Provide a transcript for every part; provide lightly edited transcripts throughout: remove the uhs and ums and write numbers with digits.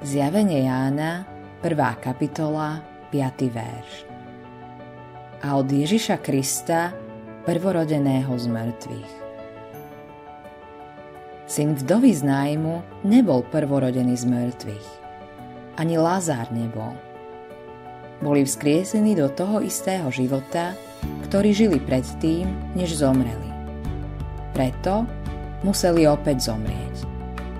Zjavenie Jána, 1. kapitola, 5. verš. A od Ježiša Krista, prvorodeného z mŕtvych. Syn vdovy z Nájmu nebol prvorodený z mŕtvych. Ani Lazár nebol. Boli vzkriesení do toho istého života, ktorý žili predtým, než zomreli. Preto museli opäť zomrieť.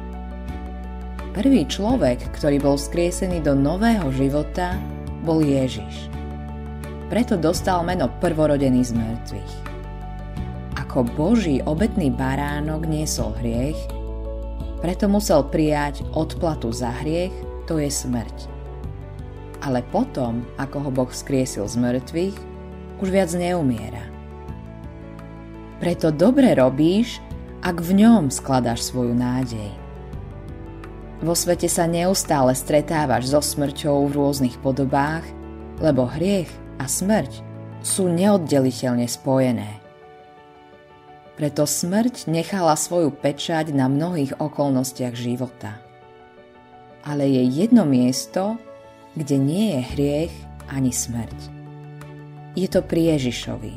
Prvý človek, ktorý bol vzkriesený do nového života, bol Ježiš. Preto dostal meno prvorodený z mŕtvych. Ako Boží obetný baránok niesol hriech, preto musel prijať odplatu za hriech, to je smrť. Ale potom, ako ho Boh vzkriesil z mŕtvych, už viac neumiera. Preto dobre robíš, ak v ňom skladáš svoju nádej. Vo svete sa neustále stretávaš so smrťou v rôznych podobách, lebo hriech a smrť sú neoddeliteľne spojené. Preto smrť nechala svoju pečať na mnohých okolnostiach života. Ale je jedno miesto, kde nie je hriech ani smrť. Je to pri Ježišovi.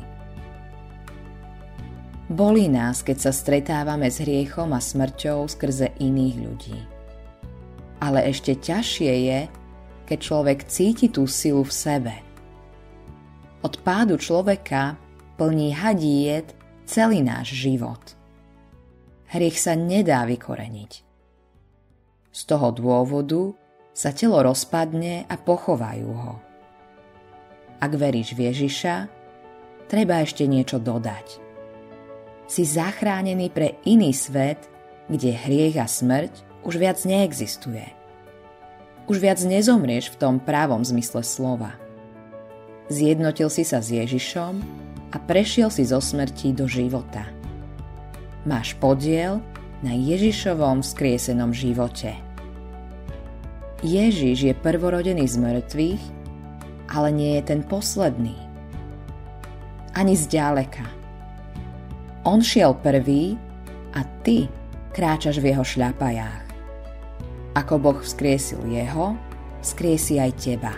Bolí nás, keď sa stretávame s hriechom a smrťou skrze iných ľudí. Ale ešte ťažšie je, keď človek cíti tú silu v sebe. Od pádu človeka plní hadí jed celý náš život. Hriech sa nedá vykoreniť. Z toho dôvodu sa telo rozpadne a pochovajú ho. Ak veríš v Ježiša, treba ešte niečo dodať. Si zachránený pre iný svet, kde hriech a smrť už viac neexistuje. Už viac nezomrieš v tom pravom zmysle slova. Zjednotil si sa s Ježišom a prešiel si zo smrti do života. Máš podiel na Ježišovom vzkriesenom živote. Ježiš je prvorodený z mŕtvych, ale nie je ten posledný. Ani zďaleka. On šiel prvý a ty kráčaš v jeho šľapajách. Ako Boh vzkriesil jeho, vzkriesi aj teba.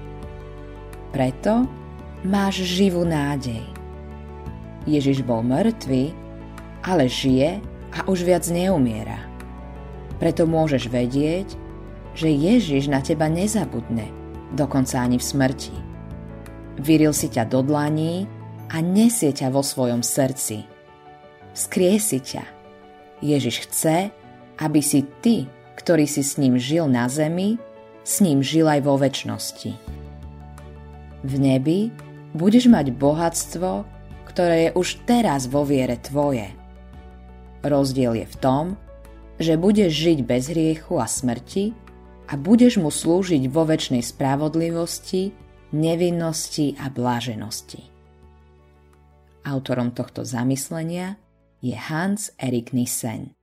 Preto máš živú nádej. Ježiš bol mŕtvy, ale žije a už viac neumiera. Preto môžeš vedieť, že Ježiš na teba nezabudne, dokonca ani v smrti. Vyril si ťa do dlaní a nesie ťa vo svojom srdci. Vzkriesi ťa. Ježiš chce, aby si ty, ktorý si s ním žil na zemi, s ním žil aj vo večnosti. V nebi budeš mať bohatstvo, ktoré je už teraz vo viere tvoje. Rozdiel je v tom, že budeš žiť bez hriechu a smrti a budeš mu slúžiť vo večnej spravodlivosti, nevinnosti a bláženosti. Autorom tohto zamyslenia je Hans Erik Nissen.